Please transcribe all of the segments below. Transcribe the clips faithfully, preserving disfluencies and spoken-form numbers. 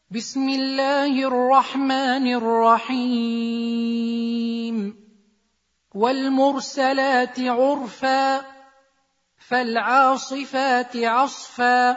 بسم الله الرحمن الرحيم والمرسلات عرفا فالعاصفات عصفا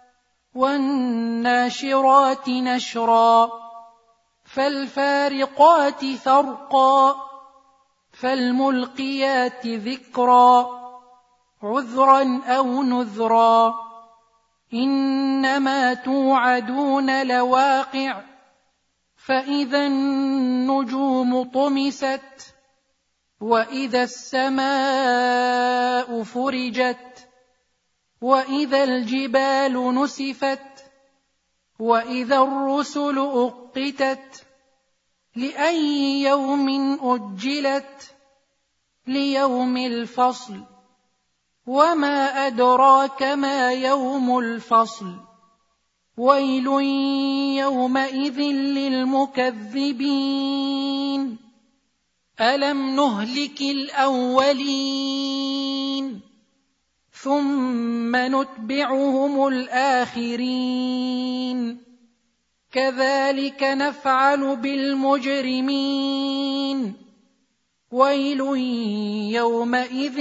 والناشرات نشرا فالفارقات فرقا فالملقيات ذكرا عذرا أو نذرا إنما توعدون لواقع فإذا النجوم طمست وإذا السماء فرجت وإذا الجبال نسفت وإذا الرسل أقتت لأي يوم أجلت ليوم الفصل وما أدراك ما يوم الفصل ويل يومئذ للمكذبين ألم نهلك الأولين ثم نتبعهم الآخرين كذلك نفعل بالمجرمين ويل يومئذ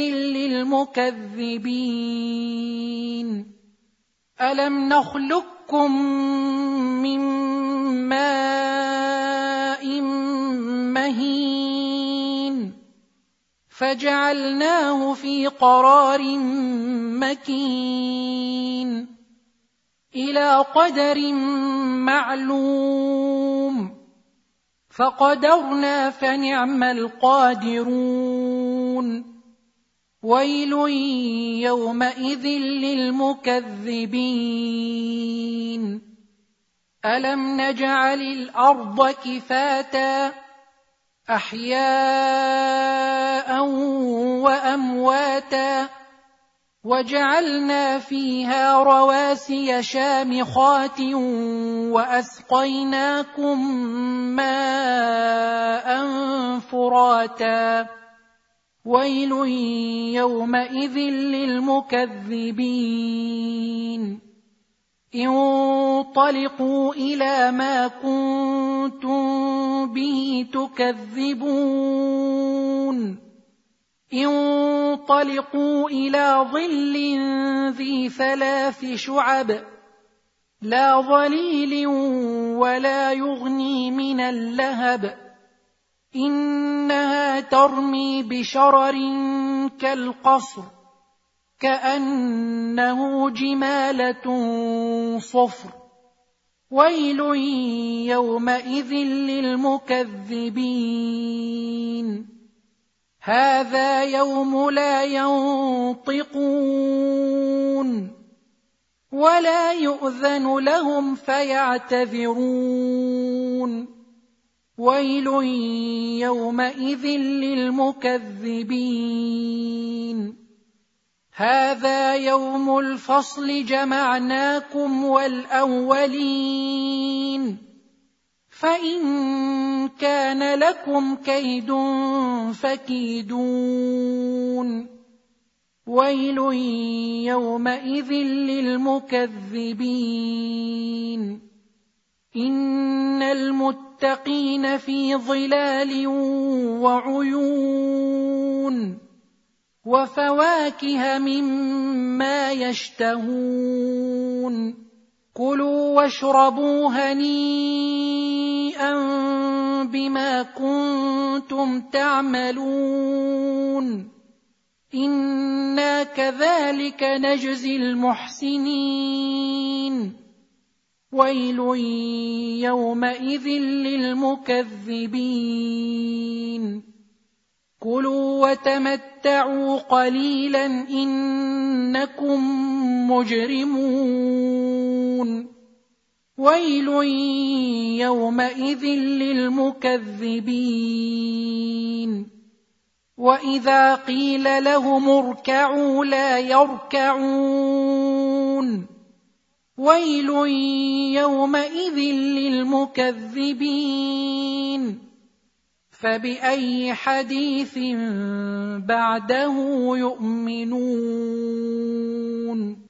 للمكذبين ألم نخلقكم من ماء مهين فجعلناه في قرار مكين إلى قدر معلوم فقدرنا فنعم القادرون ويل يومئذ للمكذبين ألم نجعل الأرض كفاتا أحياء وأمواتا وجعلنا فيها رواسي شامخات وأسقيناكم ماء فراتا ويل يومئذ للمكذبين انطلقوا إلى ما كنتم به تكذبون انطلقوا إلى ظل ذي ثلاث شعب لا ظليل ولا يغني من اللهب إنها ترمي بشرر كالقصر كأنه جمالة صفر ويل يومئذ للمكذبين هذا يوم لا ينطقون ولا يؤذن لهم فيعتذرون ويل يومئذ للمكذبين هذا يوم الفصل جمعناكم والأولين فإن كان لكم كيد فكيدون ويل يومئذ للمكذبين إن المتقين في ظلال وعيون وفواكه مما يشتهون كلوا واشربوا هنيئا بما كنتم تعملون إنا كذلك نجزي المحسنين ويل يومئذ للمكذبين كلوا وتمتعوا قليلا إنكم مجرمون ويل يومئذ للمكذبين وإذا قيل لهم اركعوا لا يركعون ويل يومئذ للمكذبين فبأي حديث بعده يؤمنون